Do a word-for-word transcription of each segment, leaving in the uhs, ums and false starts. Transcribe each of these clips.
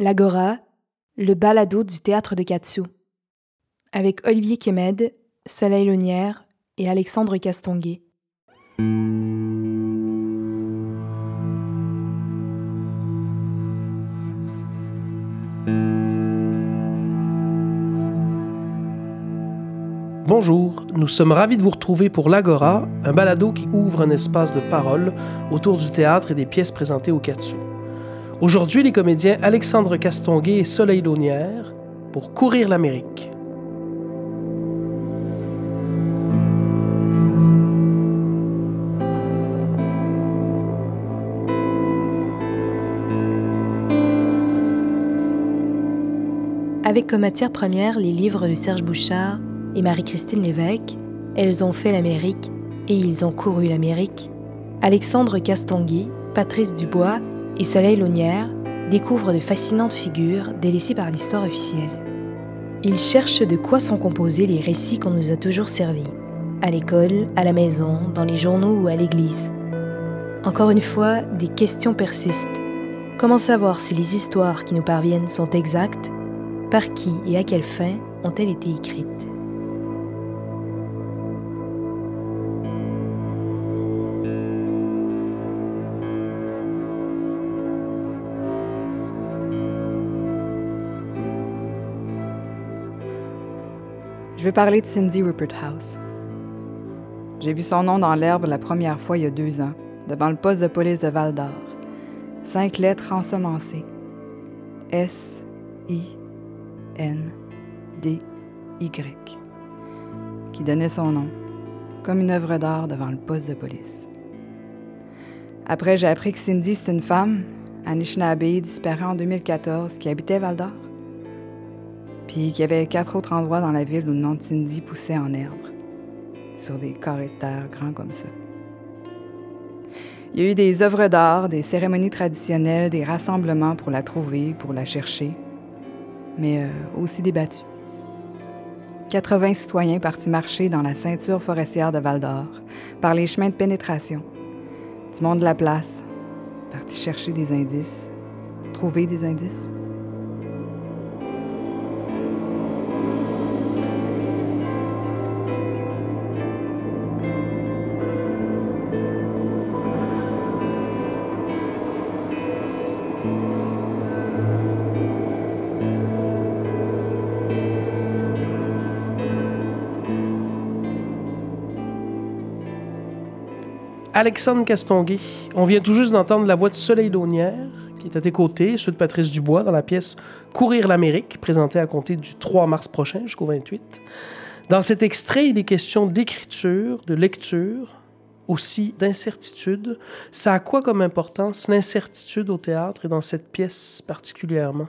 L'Agora, le balado du théâtre de Quat'Sous, avec Olivier Kemed, Soleil Launière et Alexandre Castonguay. Bonjour, nous sommes ravis de vous retrouver pour l'Agora, un balado qui ouvre un espace de parole autour du théâtre et des pièces présentées au Quat'Sous. Aujourd'hui, les comédiens Alexandre Castonguay et Soleil Launière pour Courir l'Amérique. Avec comme matière première les livres de Serge Bouchard et Marie-Christine Lévesque, Elles ont fait l'Amérique et ils ont couru l'Amérique, Alexandre Castonguay, Patrice Dubois et Soleil Launière découvrent de fascinantes figures délaissées par l'histoire officielle. Ils cherchent de quoi sont composés les récits qu'on nous a toujours servis, à l'école, à la maison, dans les journaux ou à l'église. Encore une fois, des questions persistent. Comment savoir si les histoires qui nous parviennent sont exactes? Par qui et à quelle fin ont-elles été écrites? Je vais parler de Cindy Ruperthouse. J'ai vu son nom dans l'herbe la première fois il y a deux ans, devant le poste de police de Val-d'Or. Cinq lettres ensemencées. S I N D Y, qui donnait son nom, comme une œuvre d'art devant le poste de police. Après, j'ai appris que Cindy, c'est une femme, Anishinaabe, disparue en deux mille quatorze, qui habitait Val-d'Or. Puis qu'il y avait quatre autres endroits dans la ville où le nom de Cindy poussait en herbe, sur des carrés de terre grands comme ça. Il y a eu des œuvres d'art, des cérémonies traditionnelles, des rassemblements pour la trouver, pour la chercher, mais euh, aussi débattus. quatre-vingts citoyens partis marcher dans la ceinture forestière de Val-d'Or, par les chemins de pénétration. Du monde de la place, partis chercher des indices, trouver des indices. Alexandre Castonguay, on vient tout juste d'entendre la voix de Soleil Launière, qui est à tes côtés, ceux de Patrice Dubois, dans la pièce Courir l'Amérique, présentée à compter du trois mars prochain jusqu'au vingt-huit. Dans cet extrait, il est question d'écriture, de lecture, aussi d'incertitude. Ça a quoi comme importance, l'incertitude au théâtre et dans cette pièce particulièrement?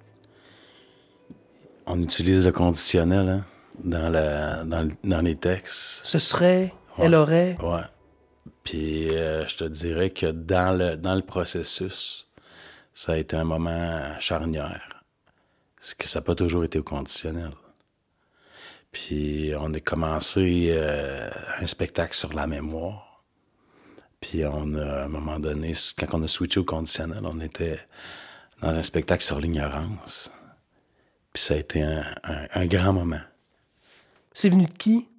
On utilise le conditionnel hein, dans, la, dans, dans les textes. Ce serait, ouais. Elle aurait... Ouais. Puis euh, je te dirais que dans le, dans le processus, ça a été un moment charnière. C'est que ça n'a pas toujours été au conditionnel. Puis on a commencé euh, un spectacle sur la mémoire. Puis on a, à un moment donné, quand on a switché au conditionnel, on était dans un spectacle sur l'ignorance. Puis ça a été un, un, un grand moment. C'est venu de qui?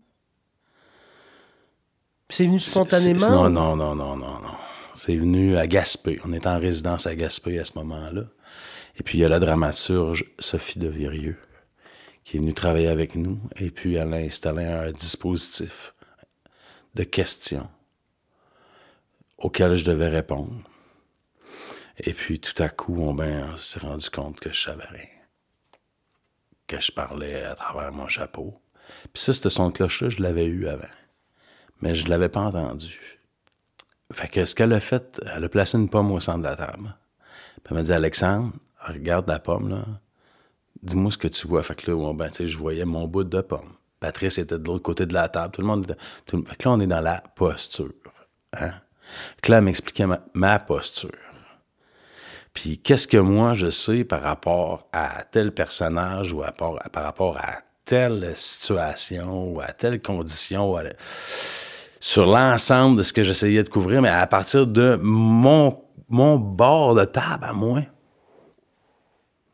C'est venu spontanément? C'est, c'est, non, non, non, non, non, non. C'est venu à Gaspé. On était en résidence à Gaspé à ce moment-là. Et puis, il y a la dramaturge Sophie de Virieux qui est venue travailler avec nous. Et puis, elle a installé un dispositif de questions auxquelles je devais répondre. Et puis, tout à coup, on, ben, on s'est rendu compte que je savais rien. Que je parlais à travers mon chapeau. Puis ça, ce son de cloche-là, je l'avais eu avant. Mais je ne l'avais pas entendu. Fait que ce qu'elle a fait, elle a placé une pomme au centre de la table. Puis elle m'a dit, Alexandre, regarde la pomme, là. Dis-moi ce que tu vois. Fait que là, bon, ben, tu sais, je voyais mon bout de pomme. Patrice était de l'autre côté de la table. Tout le monde était... Tout... Fait que là, on est dans la posture. Hein? Fait que là, elle m'expliquait ma, ma posture. Puis qu'est-ce que moi, je sais par rapport à tel personnage ou à, par, par rapport à telle situation ou à telle condition... Ou à... sur l'ensemble de ce que j'essayais de couvrir, mais à partir de mon, mon bord de table à moi.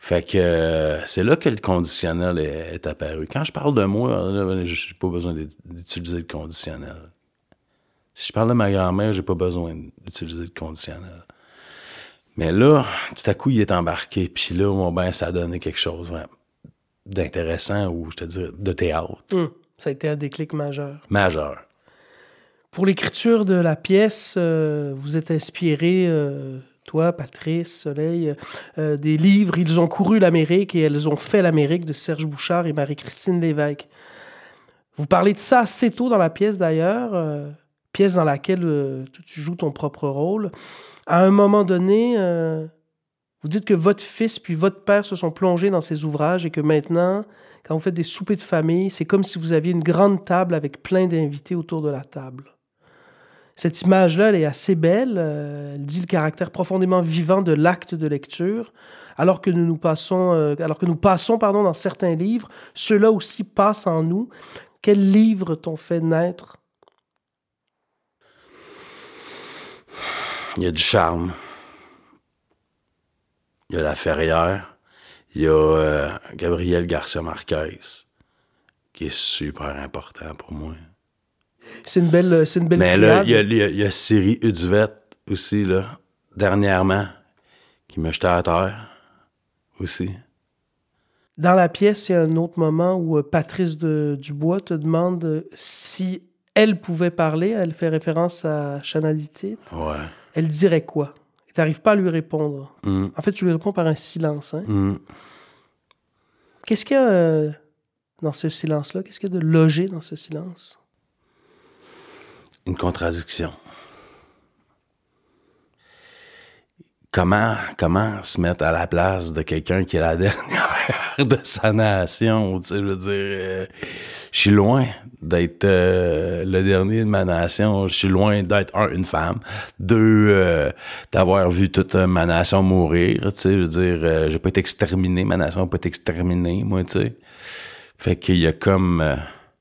Fait que euh, c'est là que le conditionnel est, est apparu. Quand je parle de moi, là, j'ai pas besoin d'utiliser le conditionnel. Si je parle de ma grand-mère, j'ai pas besoin d'utiliser le conditionnel. Mais là, tout à coup, il est embarqué. Puis là, bon, ben, ça a donné quelque chose vraiment d'intéressant ou, je te dirais, de théâtre. Hum, ça a été un déclic majeur. Majeur. Pour l'écriture de la pièce, euh, vous êtes inspiré... Euh... Toi, Patrice, Soleil, euh, des livres « Ils ont couru l'Amérique et elles ont fait l'Amérique » de Serge Bouchard et Marie-Christine Lévesque. Vous parlez de ça assez tôt dans la pièce, d'ailleurs, euh, pièce dans laquelle euh, tu joues ton propre rôle. À un moment donné, euh, vous dites que votre fils puis votre père se sont plongés dans ces ouvrages et que maintenant, quand vous faites des soupers de famille, c'est comme si vous aviez une grande table avec plein d'invités autour de la table. Cette image-là, elle est assez belle. Euh, elle dit le caractère profondément vivant de l'acte de lecture. Alors que nous, nous passons, euh, alors que nous passons pardon, dans certains livres, ceux-là aussi passent en nous. Quels livres t'ont fait naître? Il y a du charme. Il y a La Ferrière. Il y a euh, Gabriel Garcia Marquez, qui est super important pour moi. C'est une belle, c'est une belle Mais triade. là, il y a, y a Siri Udvet aussi, là, dernièrement, qui m'a jeté à terre aussi. Dans la pièce, il y a un autre moment où Patrice de Dubois te demande si elle pouvait parler. Elle fait référence à Chanalitite. Ouais. Elle dirait quoi? Et t'arrives pas à lui répondre. Mm. En fait, tu lui réponds par un silence. Hein? Mm. Qu'est-ce qu'il y a euh, dans ce silence-là? Qu'est-ce qu'il y a de logé dans ce silence? Une contradiction. Comment, comment se mettre à la place de quelqu'un qui est la dernière de sa nation? Tu sais, je veux dire, euh, je suis loin d'être euh, le dernier de ma nation. Je suis loin d'être, un, une femme. Deux, euh, d'avoir vu toute ma nation mourir. Tu sais, je veux dire, euh, j'ai pas été exterminé. Ma nation n'a pas été exterminée, moi, tu sais. Fait qu'il y a comme... Euh,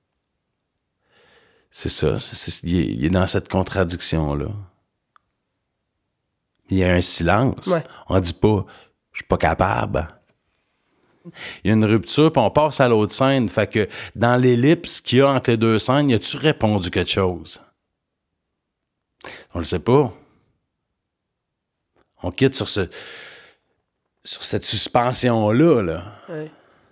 c'est ça, c'est, c'est, il, est, il est dans cette contradiction-là. Il y a un silence. Ouais. On dit pas « je suis pas capable ». Il y a une rupture, puis on passe à l'autre scène. Fait que dans l'ellipse qu'il y a entre les deux scènes, y a-tu répondu quelque chose? On le sait pas. On quitte sur ce sur cette suspension-là, là. Ouais.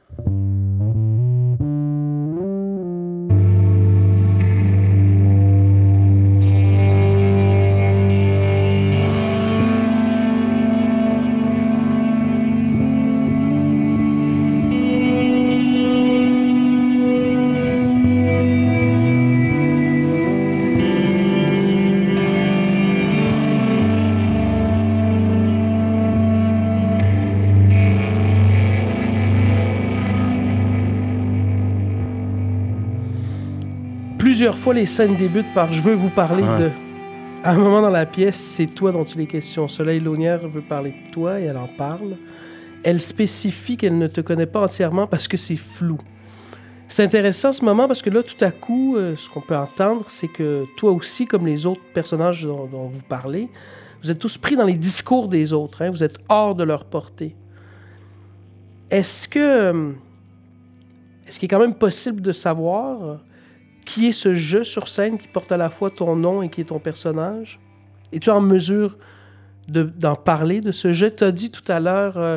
Plusieurs fois, les scènes débutent par « je veux vous parler ouais. de ». À un moment dans la pièce, c'est toi dont il est question. Soleil Launière veut parler de toi et elle en parle. Elle spécifie qu'elle ne te connaît pas entièrement parce que c'est flou. C'est intéressant ce moment parce que là, tout à coup, euh, ce qu'on peut entendre, c'est que toi aussi, comme les autres personnages dont, dont vous parlez, vous êtes tous pris dans les discours des autres. Hein? Vous êtes hors de leur portée. Est-ce que... Euh, est-ce qu'il est quand même possible de savoir... Euh, qui est ce jeu sur scène qui porte à la fois ton nom et qui est ton personnage? Es-tu en mesure de, d'en parler de ce jeu? Tu as dit tout à l'heure, euh,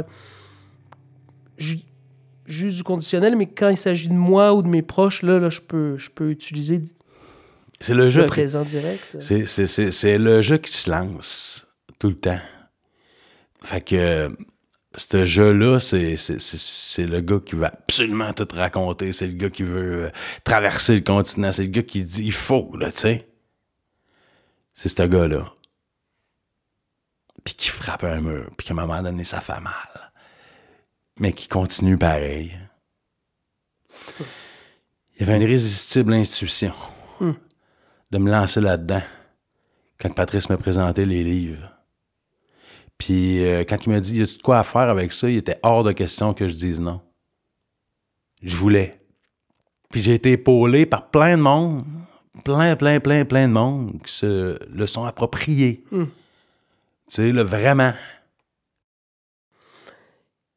juste du conditionnel, mais quand il s'agit de moi ou de mes proches, là, là je, peux, je peux utiliser c'est le, jeu le présent qui, direct. C'est, c'est, c'est, c'est le jeu qui se lance tout le temps. Fait que... Ce jeu-là, c'est, c'est, c'est, c'est le gars qui veut absolument tout raconter. C'est le gars qui veut euh, traverser le continent. C'est le gars qui dit « il faut », là, tu sais. C'est ce gars-là. Puis qui frappe un mur. Puis qu'à un moment donné, ça fait mal. Mais qui continue pareil. Il y avait une irrésistible intuition mm. de me lancer là-dedans quand Patrice m'a présenté les livres. Puis euh, quand il m'a dit « y a-tu de quoi à faire avec ça », il était hors de question que je dise non. Je voulais. Puis j'ai été épaulé par plein de monde, plein, plein, plein, plein de monde qui se le sont appropriés. Mm. Tu sais, là, vraiment.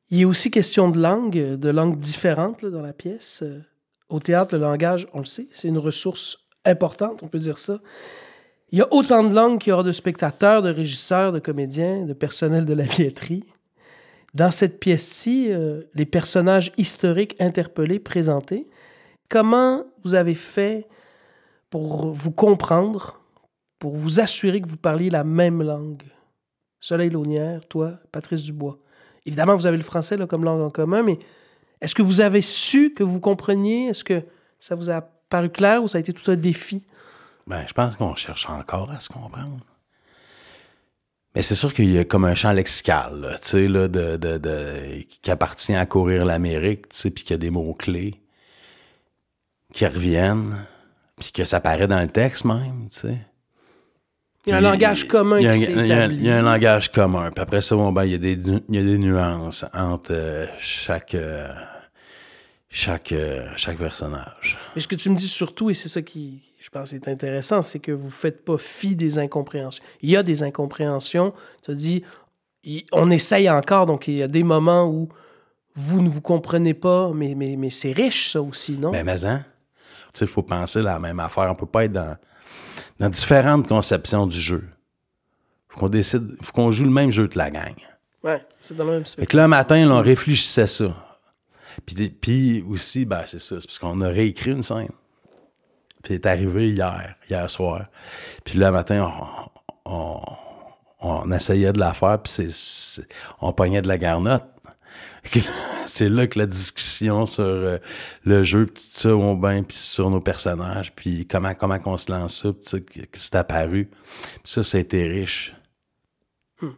Il est aussi question de langue, de langues différentes là, dans la pièce. Euh, Au théâtre, le langage, on le sait, c'est une ressource importante, on peut dire ça. Il y a autant de langues qu'il y aura de spectateurs, de régisseurs, de comédiens, de personnel de la billetterie. Dans cette pièce-ci, euh, les personnages historiques interpellés, présentés, comment vous avez fait pour vous comprendre, pour vous assurer que vous parliez la même langue? Soleil Launière, toi, Patrice Dubois. Évidemment, vous avez le français là, comme langue en commun, mais est-ce que vous avez su que vous compreniez? Est-ce que ça vous a paru clair ou ça a été tout un défi? Ben, je pense qu'on cherche encore à se comprendre. Mais c'est sûr qu'il y a comme un champ lexical, là, tu sais, là, de, de, de, qui appartient à Courir l'Amérique, tu sais, puis qu'il y a des mots-clés qui reviennent, puis que ça paraît dans le texte même, tu sais. Il y a un langage commun qui s'est établi. Il y a un langage commun. Puis après ça, bon, ben, il y a des, il y a des nuances entre euh, chaque, euh, chaque, euh, chaque personnage. Mais ce que tu me dis surtout, et c'est ça qui, je pense, est intéressant, c'est que vous ne faites pas fi des incompréhensions. Il y a des incompréhensions. Tu as dit, on essaye encore, donc il y a des moments où vous ne vous comprenez pas, mais, mais, mais c'est riche, ça aussi, non? Ben, mais hein? Tu sais, il faut penser la même affaire. On peut pas être dans... dans différentes conceptions du jeu. Faut qu'on décide, faut qu'on joue le même jeu que la gang. Ouais, c'est dans le même spectacle. Fait que là, un matin, là, on réfléchissait ça. Puis, puis aussi, ben, c'est ça, c'est parce qu'on a réécrit une scène. Puis c'est arrivé hier, hier soir. Puis là, un matin, on, on, on essayait de la faire, puis c'est, c'est, on pognait de la garnotte. C'est là que la discussion sur euh, le jeu, pis tout ça, on ben, puis sur nos personnages, puis comment comment qu'on se lance ça, pis ça, que, que c'est apparu. Pis ça, ça a été riche. Hmm.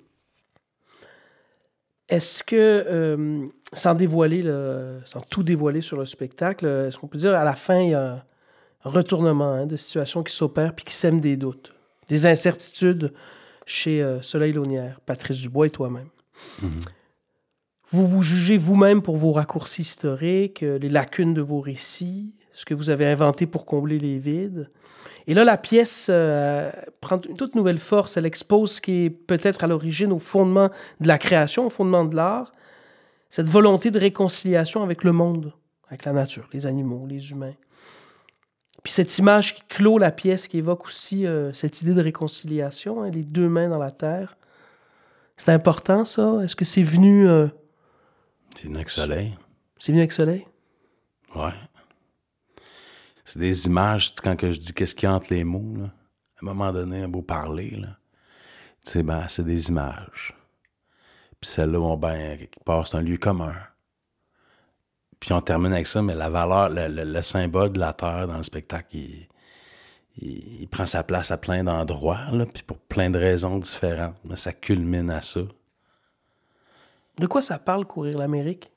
Est-ce que, euh, sans dévoiler, le, sans tout dévoiler sur le spectacle, est-ce qu'on peut dire à la fin, il y a un retournement hein, de situation qui s'opère puis qui sème des doutes, des incertitudes chez euh, Soleil Launière, Patrice Dubois et toi-même? Mm-hmm. Vous vous jugez vous-même pour vos raccourcis historiques, les lacunes de vos récits, ce que vous avez inventé pour combler les vides. Et là, la pièce euh, prend une toute nouvelle force. Elle expose ce qui est peut-être à l'origine, au fondement de la création, au fondement de l'art, cette volonté de réconciliation avec le monde, avec la nature, les animaux, les humains. Puis cette image qui clôt la pièce, qui évoque aussi euh, cette idée de réconciliation, hein, les deux mains dans la terre. C'est important, ça? Est-ce que c'est venu... Euh, C'est venu avec Soleil. C'est venu avec Soleil? Ouais. C'est des images, quand que je dis qu'est-ce qu'il y a entre les mots, là. À un moment donné, un beau parler, là. Tu sais, ben, c'est des images. Puis celle-là, bon, ben, quelque part, c'est un lieu commun. Puis on termine avec ça, mais la valeur, le, le, le symbole de la terre dans le spectacle, il, il, il prend sa place à plein d'endroits, là, puis pour plein de raisons différentes. Mais ça culmine à ça. De quoi ça parle, Courir l'Amérique?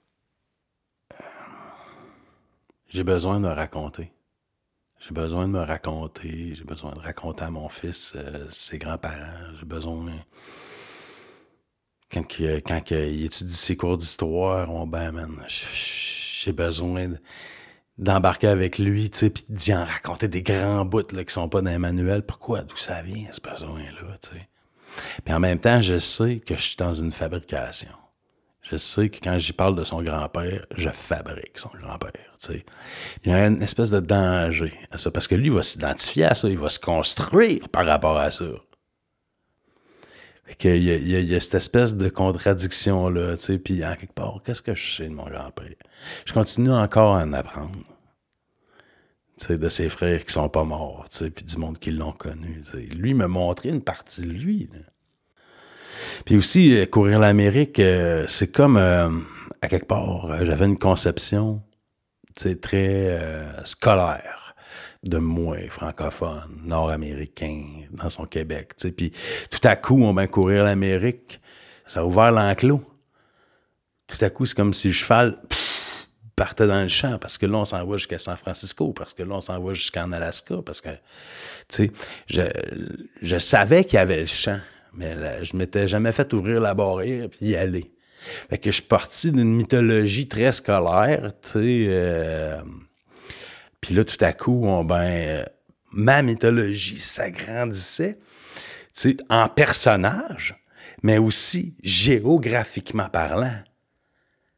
J'ai besoin de me raconter. J'ai besoin de me raconter. J'ai besoin de raconter à mon fils euh, ses grands-parents. J'ai besoin... Quand, que, quand que il étudie ses cours d'histoire, on, ben, man, j'ai besoin de, d'embarquer avec lui, tu sais, puis d'y en raconter des grands bouts là, qui sont pas dans les manuels. Pourquoi? D'où ça vient, ce besoin-là, tu sais? Puis en même temps, je sais que je suis dans une fabrication. Je sais que quand j'y parle de son grand-père, je fabrique son grand-père, tu sais. Il y a une espèce de danger à ça, parce que lui, il va s'identifier à ça, il va se construire par rapport à ça. Fait qu'il y a, il y a, il y a cette espèce de contradiction-là, tu sais, puis en quelque part, qu'est-ce que je sais de mon grand-père? Je continue encore à en apprendre, tu sais, de ses frères qui sont pas morts, tu sais, puis du monde qui l'ont connu, tu sais. Lui m'a montré une partie de lui, là. Puis aussi, euh, Courir l'Amérique, euh, c'est comme, euh, à quelque part, euh, j'avais une conception, tu sais, très euh, scolaire de moi, francophone, nord-américain, dans son Québec, tu sais. Puis tout à coup, on va courir l'Amérique, ça a ouvert l'enclos. Tout à coup, c'est comme si le cheval pff, partait dans le champ, parce que là, on s'en va jusqu'à San Francisco, parce que là, on s'en va jusqu'en Alaska, parce que, tu sais, je, je savais qu'il y avait le champ. Mais là, je m'étais jamais fait ouvrir la barrière puis y aller. Fait que je suis parti d'une mythologie très scolaire, tu sais. Euh, puis là, tout à coup, on, ben, euh, ma mythologie s'agrandissait, tu sais, en personnage, mais aussi géographiquement parlant.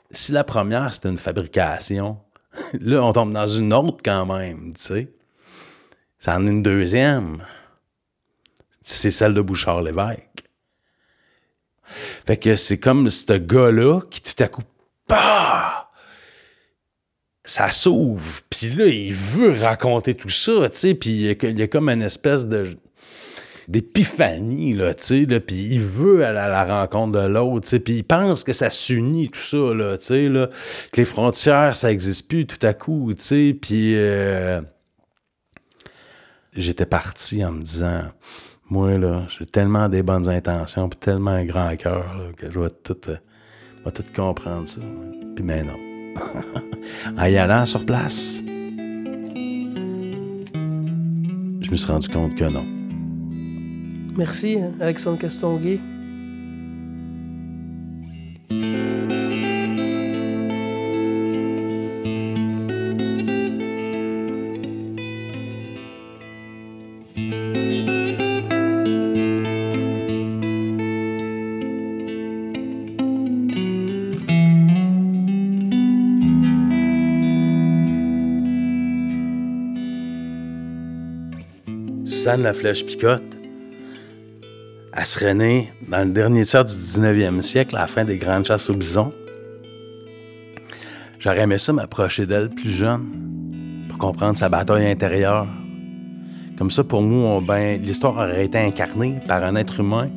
si la première, c'était une fabrication, là, on tombe dans une autre quand même, tu sais. Ça en est une deuxième. C'est celle de Bouchard-Lévesque. Fait que c'est comme ce gars-là qui, tout à coup, bah! Ça s'ouvre. Puis là, il veut raconter tout ça, tu sais. Puis il y a comme une espèce de... d'épiphanie, là, tu sais, là, puis il veut aller à la rencontre de l'autre, tu sais, puis il pense que ça s'unit, tout ça, là, tu sais, là, que les frontières, ça n'existe plus tout à coup, tu sais, puis euh, j'étais parti en me disant, moi, là, j'ai tellement des bonnes intentions, puis tellement un grand cœur, là, que je vais tout, euh, je vais tout comprendre ça, puis ben non. En y allant sur place, je me suis rendu compte que non. Merci, hein, Alexandre Castonguay. Suzanne Laflèche-Picotte, elle serait née dans le dernier tiers du dix-neuvième siècle, à la fin des grandes chasses au bison. J'aurais aimé ça m'approcher d'elle plus jeune pour comprendre sa bataille intérieure. Comme ça, pour nous, on, ben, l'histoire aurait été incarnée par un être humain.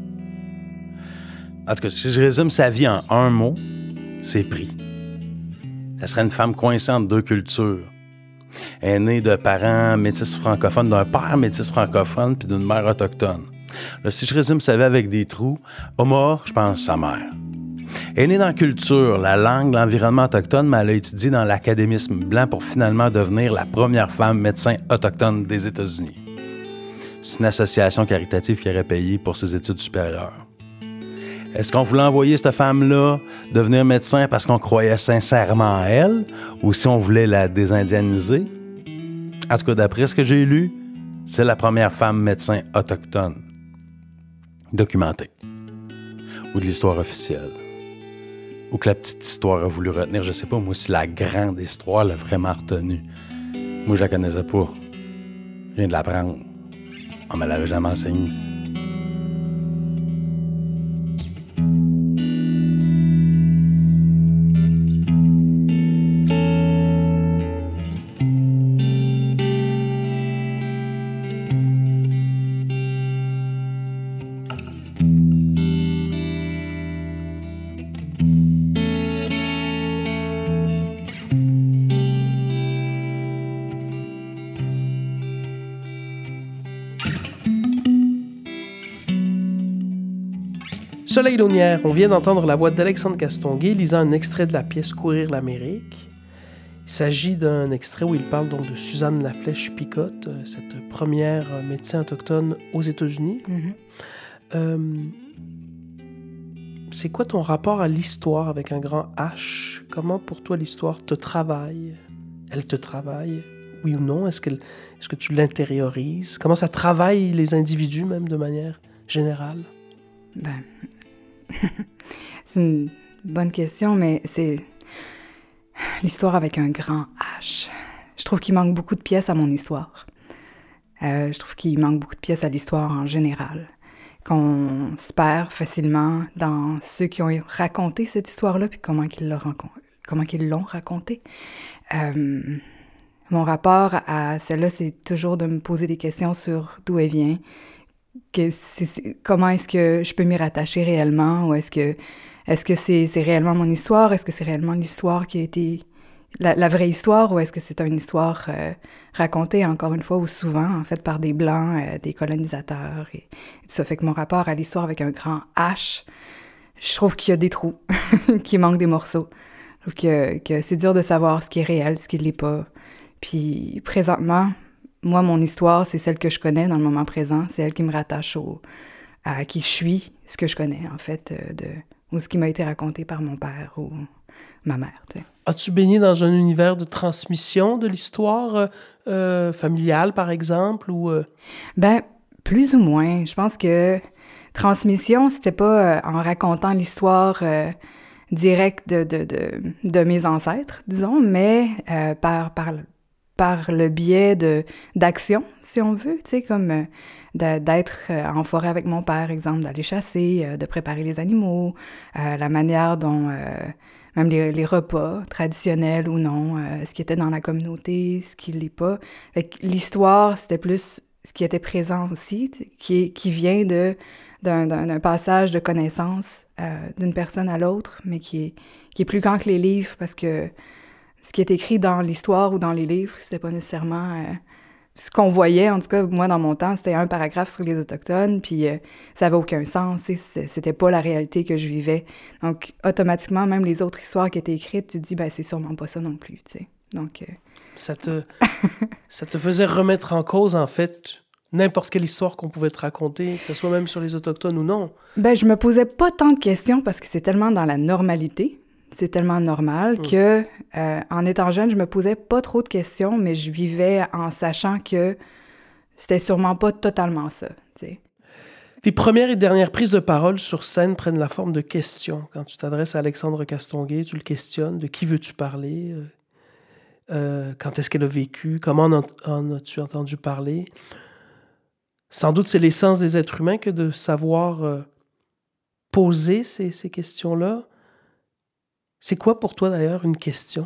En tout cas, si je résume sa vie en un mot, c'est pris. Ça serait une femme coincée entre deux cultures. Elle est née de parents métis francophones, d'un père métis francophone puis d'une mère autochtone. Là, si je résume sa vie avec des trous, Oma, je pense sa mère. Elle est née dans la culture, la langue, l'environnement autochtone, mais elle a étudié dans l'académisme blanc pour finalement devenir la première femme médecin autochtone des États-Unis. C'est une association caritative qui aurait payé pour ses études supérieures. Est-ce qu'on voulait envoyer cette femme-là devenir médecin parce qu'on croyait sincèrement à elle, ou si on voulait la désindianiser? En tout cas, d'après ce que j'ai lu, c'est la première femme médecin autochtone documentée, ou de l'histoire officielle, ou que la petite histoire a voulu retenir. Je sais pas, moi, si la grande histoire l'a vraiment retenue. Moi, je la connaissais pas. Je viens de l'apprendre. On me l'avait jamais enseigné. Soleil Launière, on vient d'entendre la voix d'Alexandre Castonguay lisant un extrait de la pièce Courir l'Amérique. Il s'agit d'un extrait où il parle donc de Suzanne Laflèche-Picotte, cette première médecin autochtone aux États-Unis. Mm-hmm. Euh, c'est quoi ton rapport à l'histoire avec un grand H? Comment pour toi l'histoire te travaille? Elle te travaille, oui ou non? Est-ce, qu'elle, est-ce que tu l'intériorises? Comment ça travaille les individus même de manière générale? Ben... c'est une bonne question, mais c'est l'histoire avec un grand H. Je trouve qu'il manque beaucoup de pièces à mon histoire. Euh, je trouve qu'il manque beaucoup de pièces à l'histoire en général. Qu'on se perd facilement dans ceux qui ont raconté cette histoire-là, puis comment ils l'ont, comment ils l'ont racontée. Euh, mon rapport à celle-là, c'est toujours de me poser des questions sur d'où elle vient. Que c'est, c'est, comment est-ce que je peux m'y rattacher réellement, ou est-ce que, est-ce que c'est, c'est réellement mon histoire, est-ce que c'est réellement l'histoire qui a été la, la vraie histoire, ou est-ce que c'est une histoire euh, racontée encore une fois ou souvent en fait par des blancs, euh, des colonisateurs et, et tout ça. Fait que mon rapport à l'histoire avec un grand H, je trouve qu'il y a des trous, qu'il manque des morceaux, je trouve que, que c'est dur de savoir ce qui est réel, ce qui l'est pas. Puis présentement, moi, mon histoire, c'est celle que je connais dans le moment présent. C'est elle qui me rattache au, à qui je suis, ce que je connais, en fait, de, ou ce qui m'a été raconté par mon père ou ma mère. T'sais. As-tu baigné dans un univers de transmission de l'histoire euh, familiale, par exemple? Ou euh... Ben, plus ou moins. Je pense que transmission, c'était pas euh, en racontant l'histoire... Euh, direct de, de, de, de mes ancêtres, disons, mais euh, par, par, par le biais de, d'action, si on veut, tu sais, comme euh, de, d'être euh, en forêt avec mon père, exemple, d'aller chasser, euh, de préparer les animaux, euh, la manière dont... Euh, même les, les repas, traditionnels ou non, euh, ce qui était dans la communauté, ce qui l'est pas. Fait que l'histoire, c'était plus ce qui était présent aussi, qui, qui vient de, d'un, d'un, d'un passage de connaissances euh, d'une personne à l'autre, mais qui est, qui est plus grand que les livres, parce que ce qui est écrit dans l'histoire ou dans les livres, c'était pas nécessairement... Euh, ce qu'on voyait, en tout cas, moi, dans mon temps, c'était un paragraphe sur les Autochtones, puis euh, ça avait aucun sens, c'était pas la réalité que je vivais. Donc, automatiquement, même les autres histoires qui étaient écrites, tu te dis, ben c'est sûrement pas ça non plus, tu sais. Donc... Euh... Ça te, ça te faisait remettre en cause, en fait, n'importe quelle histoire qu'on pouvait te raconter, que ce soit même sur les Autochtones ou non? Ben, je me posais pas tant de questions parce que c'est tellement dans la normalité. C'est tellement normal mmh. que, euh, en étant jeune, je me posais pas trop de questions, mais je vivais en sachant que c'était sûrement pas totalement ça, tu sais. Tes premières et dernières prises de parole sur scène prennent la forme de questions. Quand tu t'adresses à Alexandre Castonguay, tu le questionnes. De qui veux-tu parler? Euh, quand est-ce qu'elle a vécu? Comment en, en as-tu entendu parler? Sans doute, c'est l'essence des êtres humains que de savoir euh, poser ces, ces questions-là. C'est quoi pour toi, d'ailleurs, une question?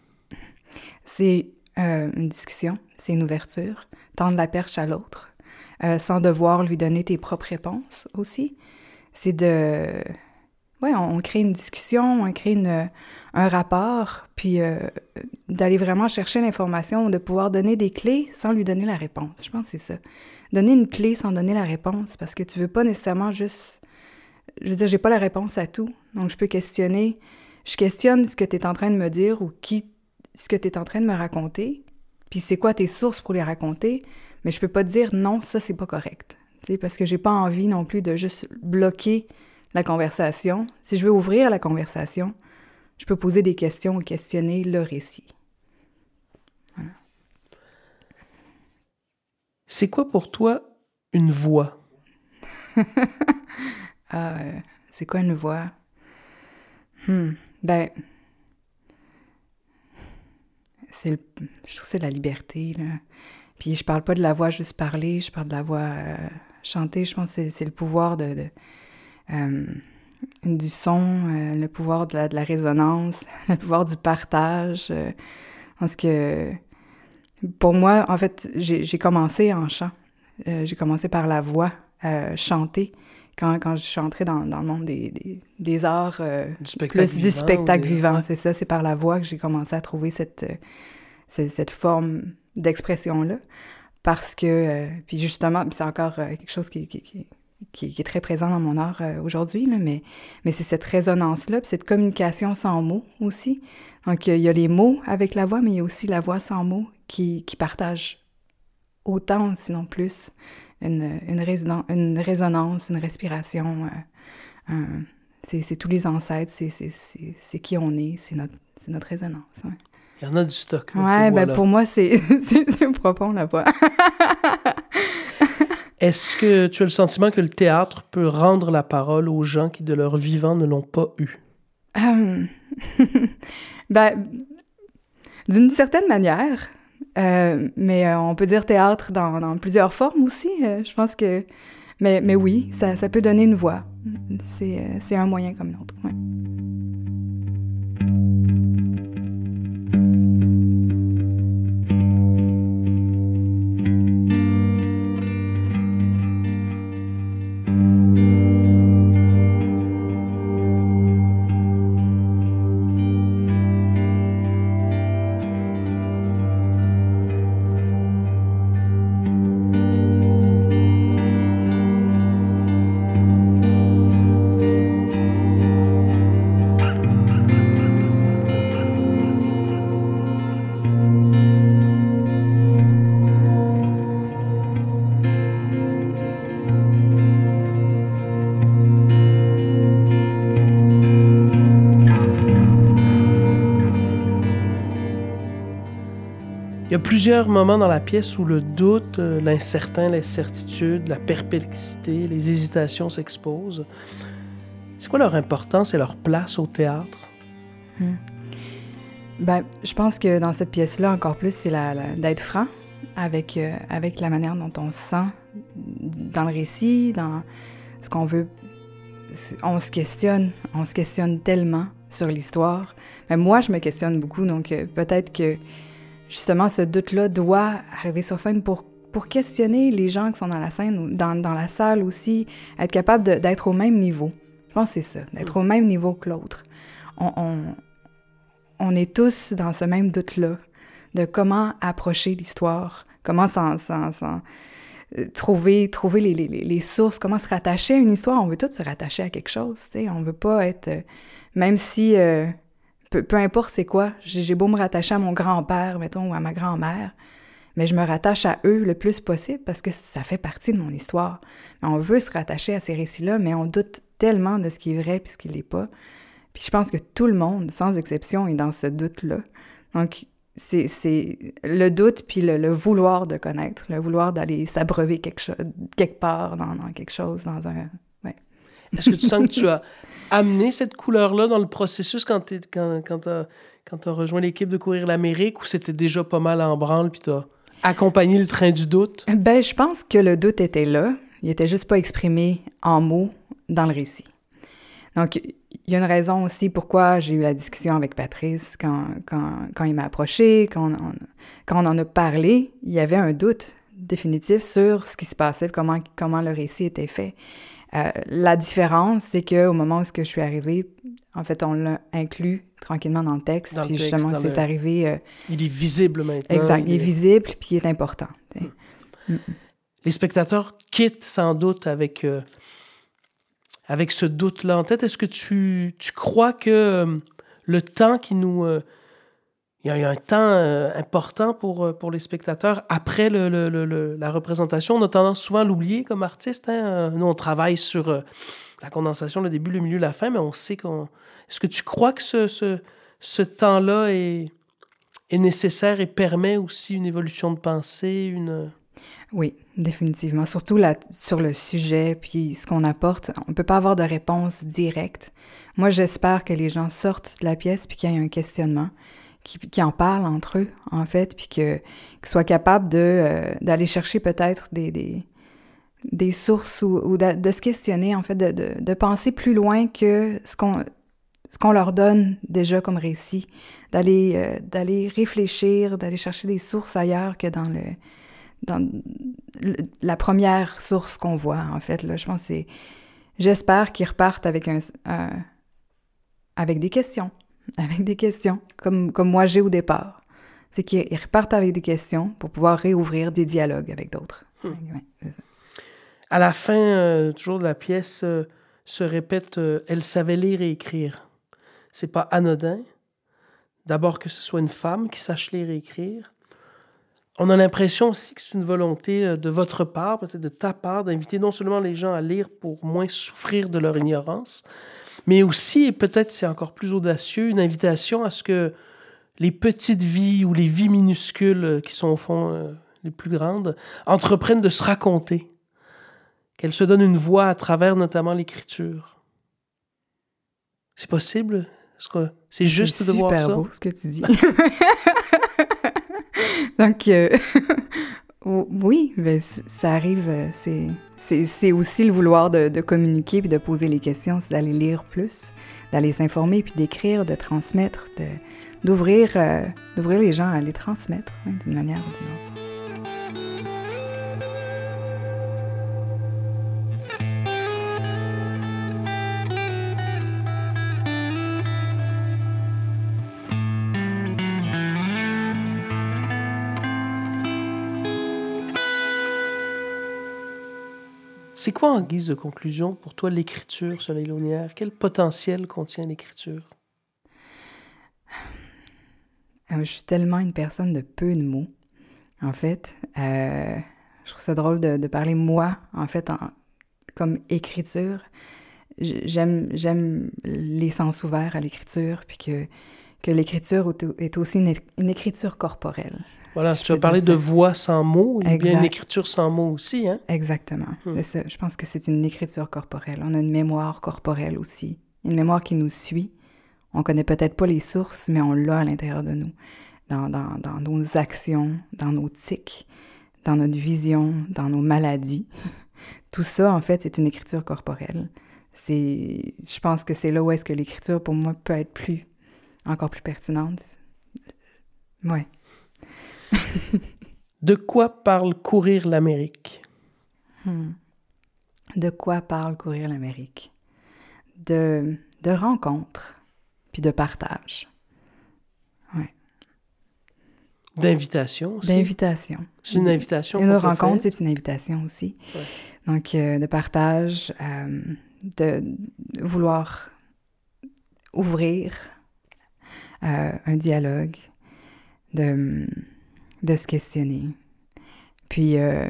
C'est euh, une discussion, c'est une ouverture, tendre la perche à l'autre, euh, sans devoir lui donner tes propres réponses aussi. C'est de... Ouais, on, on crée une discussion, on crée une, un rapport, puis euh, d'aller vraiment chercher l'information, de pouvoir donner des clés sans lui donner la réponse. Je pense que c'est ça. Donner une clé sans donner la réponse, parce que tu veux pas nécessairement juste... Je veux dire, j'ai pas la réponse à tout, donc je peux questionner... Je questionne ce que tu es en train de me dire ou qui, ce que tu es en train de me raconter, puis c'est quoi tes sources pour les raconter, mais je peux pas te dire non, ça c'est pas correct. Tu sais, parce que j'ai pas envie non plus de juste bloquer la conversation. Si je veux ouvrir la conversation, je peux poser des questions ou questionner le récit. Voilà. C'est quoi pour toi une voix? ah, euh, c'est quoi une voix? Hmm. Ben, c'est le, je trouve que c'est la liberté, là. Puis je parle pas de la voix juste parler, je parle de la voix euh, chanter. Je pense que c'est, c'est le pouvoir de, de euh, du son, euh, le pouvoir de la, de la résonance, le pouvoir du partage. Euh, parce que pour moi, en fait, j'ai, j'ai commencé en chant. Euh, j'ai commencé par la voix, euh, chanter. Quand, quand je suis entrée dans, dans le monde des, des, des arts, euh, du spectacle plus vivant, du spectacle des... vivant, ouais. c'est ça, c'est par la voix que j'ai commencé à trouver cette, euh, cette, cette forme d'expression-là. Parce que, euh, puis justement, c'est encore euh, quelque chose qui, qui, qui, qui, qui est très présent dans mon art euh, aujourd'hui, là, mais, mais c'est cette résonance-là, puis cette communication sans mots aussi. Donc, il y a les mots avec la voix, mais il y a aussi la voix sans mots qui, qui partage autant, sinon plus, Une, une, résident, une résonance, une respiration. Euh, euh, c'est, c'est tous les ancêtres, c'est, c'est, c'est, c'est qui on est, c'est notre, c'est notre résonance. Ouais. Il y en a du stock. Là, ouais, ben pour moi, c'est, c'est, c'est profond là-bas. Est-ce que tu as le sentiment que le théâtre peut rendre la parole aux gens qui, de leur vivant, ne l'ont pas eu? Um, ben, d'une certaine manière... Euh, mais euh, on peut dire théâtre dans, dans plusieurs formes aussi. Euh, je pense que... Mais, mais oui, ça, ça peut donner une voix. C'est, euh, c'est un moyen comme l'autre. Ouais. Il y a plusieurs moments dans la pièce où le doute, l'incertain, l'incertitude, la perplexité, les hésitations s'exposent. C'est quoi leur importance et leur place au théâtre? Hmm. Ben, je pense que dans cette pièce-là, encore plus, c'est la, la, d'être franc avec, euh, avec la manière dont on se sent dans le récit, dans ce qu'on veut. On se questionne, on se questionne tellement sur l'histoire. Mais moi, je me questionne beaucoup, donc euh, peut-être que justement, ce doute-là doit arriver sur scène pour, pour questionner les gens qui sont dans la scène, ou dans, dans la salle aussi, être capable de, d'être au même niveau. Je pense que c'est ça, d'être au même niveau que l'autre. On, on, on est tous dans ce même doute-là, de comment approcher l'histoire, comment s'en, s'en, s'en, euh, trouver, trouver les, les, les sources, comment se rattacher à une histoire. On veut tous se rattacher à quelque chose, tu sais. On veut pas être... Euh, même si... Euh, peu, peu importe c'est quoi, j'ai, j'ai beau me rattacher à mon grand-père, mettons, ou à ma grand-mère, mais je me rattache à eux le plus possible parce que ça fait partie de mon histoire. On veut se rattacher à ces récits-là, mais on doute tellement de ce qui est vrai puis ce qui l'est pas. Puis je pense que tout le monde, sans exception, est dans ce doute-là. Donc, c'est, c'est le doute puis le, le vouloir de connaître, le vouloir d'aller s'abreuver quelque, cho- quelque part dans, dans quelque chose, dans un... Ouais. Est-ce que tu sens que tu as amené cette couleur-là dans le processus quand tu quand, quand t'as, quand t'as rejoint l'équipe de Courir l'Amérique, ou c'était déjà pas mal en branle puis t'as accompagné le train du doute? Ben, je pense que le doute était là. Il était juste pas exprimé en mots dans le récit. Donc, il y a une raison aussi pourquoi j'ai eu la discussion avec Patrice quand, quand, quand il m'a approché, quand on, quand on en a parlé, il y avait un doute définitif sur ce qui se passait, comment, comment le récit était fait. Euh, la différence, c'est qu'au moment où je suis arrivée, en fait, on l'a inclus tranquillement dans le texte, dans puis le texte, justement, c'est le... arrivé... Euh... Il est visible maintenant. Exact, il est, il est visible, puis il est important. Hum. Hum. Les spectateurs quittent sans doute avec... Euh... Avec ce doute-là en tête. Est-ce que tu, tu crois que euh, le temps qui nous... Euh, il y a un temps euh, important pour, pour les spectateurs après le, le, le, le, la représentation. On a tendance souvent à l'oublier comme artiste. Hein? Nous, on travaille sur euh, la condensation, le début, le milieu, la fin, mais on sait qu'on... Est-ce que tu crois que ce, ce, ce temps-là est, est nécessaire et permet aussi une évolution de pensée, une... Oui, définitivement. Surtout là, sur le sujet, puis ce qu'on apporte, on ne peut pas avoir de réponse directe. Moi, j'espère que les gens sortent de la pièce puis qu'il y ait un questionnement, qu'ils, qu'ils en parlent entre eux, en fait, puis que, qu'ils soient capables de, euh, d'aller chercher peut-être des, des, des sources ou, ou de, de se questionner, en fait, de, de, de penser plus loin que ce qu'on, ce qu'on leur donne déjà comme récit, d'aller, euh, d'aller réfléchir, d'aller chercher des sources ailleurs que dans le... dans la première source qu'on voit, en fait. Là, je pense que c'est... J'espère qu'ils repartent avec, un, un, avec des questions. Avec des questions, comme, comme moi j'ai au départ. C'est qu'ils repartent avec des questions pour pouvoir réouvrir des dialogues avec d'autres. Hmm. Ouais, c'est ça. À la fin, euh, toujours de la pièce, euh, se répète euh, « Elle savait lire et écrire ». C'est pas anodin. D'abord que ce soit une femme qui sache lire et écrire. On a l'impression aussi que c'est une volonté de votre part, peut-être de ta part, d'inviter non seulement les gens à lire pour moins souffrir de leur ignorance, mais aussi, et peut-être c'est encore plus audacieux, une invitation à ce que les petites vies ou les vies minuscules qui sont au fond euh, les plus grandes entreprennent de se raconter, qu'elles se donnent une voix à travers notamment l'écriture. C'est possible? Est-ce que c'est juste c'est de voir ça? C'est super beau ce que tu dis. Donc, euh, oui, ben, ça arrive, c'est, c'est, c'est aussi le vouloir de, de communiquer puis de poser les questions, c'est d'aller lire plus, d'aller s'informer puis d'écrire, de transmettre, de, d'ouvrir, euh, d'ouvrir les gens à les transmettre, hein, d'une manière ou d'une autre. C'est quoi, en guise de conclusion, pour toi, l'écriture, Soleil Launière? Quel potentiel contient l'écriture? Je suis tellement une personne de peu de mots, en fait. Euh, je trouve ça drôle de, de parler moi, en fait, en, comme écriture. J'aime, j'aime les sens ouverts à l'écriture, puis que, que l'écriture est aussi une, une écriture corporelle. Voilà, Je tu as peux parlé dire de ça. voix sans mots. Il y a bien Exact. une écriture sans mots aussi, hein? Exactement. Hmm. C'est ça. Je pense que c'est une écriture corporelle. On a une mémoire corporelle aussi. Une mémoire qui nous suit. On connaît peut-être pas les sources, mais on l'a à l'intérieur de nous. Dans, dans, dans nos actions, dans nos tics, dans notre vision, dans nos maladies. Tout ça, en fait, c'est une écriture corporelle. C'est, je pense que c'est là où est-ce que l'écriture, pour moi, peut être plus, encore plus pertinente. Ouais. De quoi parle Courir l'Amérique? Hmm. De quoi parle Courir l'Amérique? De, de rencontres, puis de partage. Ouais. D'invitation aussi? D'invitation. C'est une invitation Une qu'on te rencontre, fait? c'est une invitation aussi. Ouais. Donc, euh, de partage, euh, de vouloir ouvrir euh, un dialogue, de, de se questionner. Puis, euh,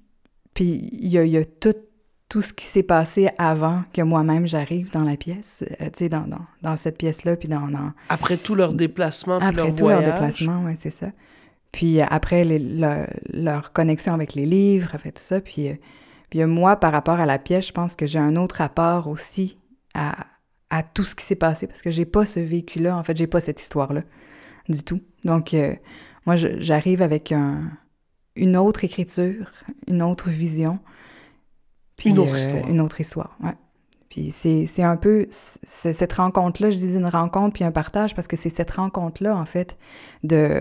puis il y a, il y a tout, tout ce qui s'est passé avant que moi-même j'arrive dans la pièce, euh, tu sais, dans, dans, dans cette pièce-là, puis dans... dans Après tout leur déplacement puis leur après tout voyage. leur déplacement, oui, c'est ça. Puis euh, après les, le- leur connexion avec les livres, après tout ça, puis, euh, puis euh, moi, par rapport à la pièce, je pense que j'ai un autre rapport aussi à, à tout ce qui s'est passé, parce que j'ai pas ce vécu-là, en fait, j'ai pas cette histoire-là du tout. Donc, euh, moi, je- j'arrive avec un, une autre écriture, une autre vision. Puis, Une autre euh, histoire. Une autre histoire, ouais. Puis c'est, c'est un peu c'est cette rencontre-là, je dis une rencontre puis un partage, parce que c'est cette rencontre-là, en fait, de,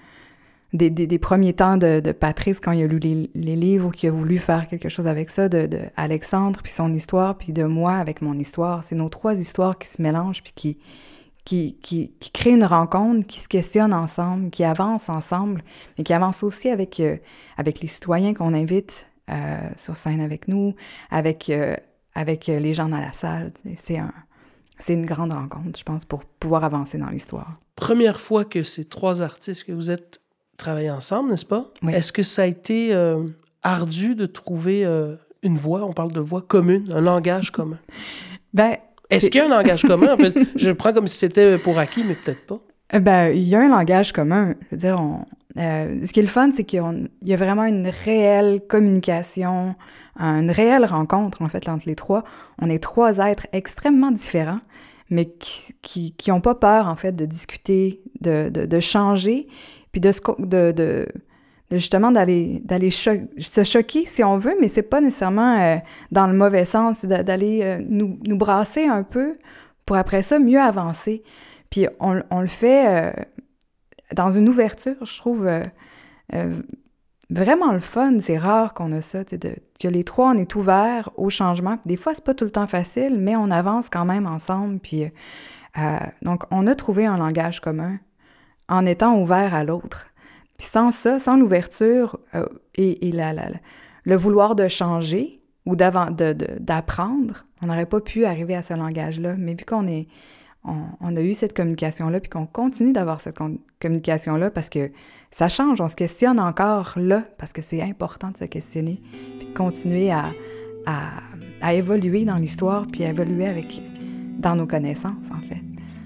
des, des, des premiers temps de, de Patrice, quand il a lu les, les livres ou qu'il a voulu faire quelque chose avec ça, de, de Alexandre puis son histoire, puis de moi avec mon histoire. C'est nos trois histoires qui se mélangent puis qui, qui, qui, qui créent une rencontre, qui se questionnent ensemble, qui avancent ensemble, mais qui avancent aussi avec, euh, avec les citoyens qu'on invite euh, sur scène avec nous, avec... Euh, avec les gens dans la salle. C'est, un, c'est une grande rencontre, je pense, pour pouvoir avancer dans l'histoire. Première fois que ces trois artistes que vous êtes travaillés ensemble, n'est-ce pas? Oui. Est-ce que ça a été euh, ardu de trouver euh, une voix, on parle de voix commune, un langage commun? Ben, Est-ce c'est... qu'il y a un langage commun? En fait, je le prends comme si c'était pour acquis, mais peut-être pas. Ben, il y a un langage commun. Je veux dire, on, euh, ce qui est le fun, c'est qu'il y a vraiment une réelle communication, une réelle rencontre, en fait, entre les trois. On est trois êtres extrêmement différents, mais qui qui, qui ont pas peur, en fait, de discuter, de, de, de changer, puis de, se, de, de, de justement d'aller, d'aller cho- se choquer, si on veut, mais c'est pas nécessairement euh, dans le mauvais sens, d'aller euh, nous, nous brasser un peu pour, après ça, mieux avancer. Puis on, on le fait euh, dans une ouverture, je trouve, euh, euh, vraiment le fun. C'est rare qu'on a ça, tu sais, de, que les trois, on est ouverts au changement. Des fois, c'est pas tout le temps facile, mais on avance quand même ensemble. Puis, euh, donc, on a trouvé un langage commun en étant ouvert à l'autre. Puis sans ça, sans l'ouverture euh, et, et la, la, la, le vouloir de changer ou de, de, d'apprendre, on n'aurait pas pu arriver à ce langage-là. Mais vu qu'on est... On, on a eu cette communication-là, puis qu'on continue d'avoir cette com- communication-là parce que ça change, on se questionne encore là, parce que c'est important de se questionner, puis de continuer à, à, à évoluer dans l'histoire, puis à évoluer avec, dans nos connaissances, en fait.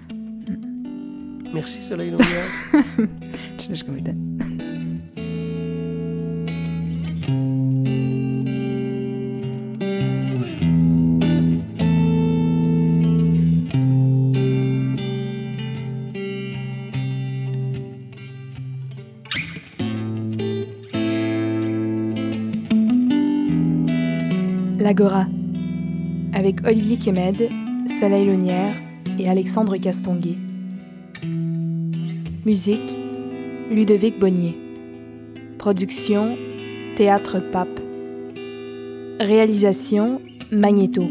Merci, Soleil Laumière. Je suis contente. L'Agora, avec Olivier Kemed, Soleil Launière et Alexandre Castonguay. Musique, Ludovic Bonnier. Production, Théâtre Pape. Réalisation, Magnéto.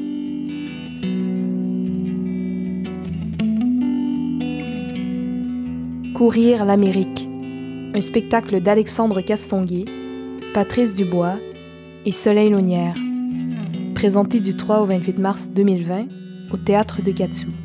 Courir l'Amérique, un spectacle d'Alexandre Castonguay, Patrice Dubois et Soleil Launière. Présenté du trois au vingt-huit mars deux mille vingt au Théâtre de Quat'Sous.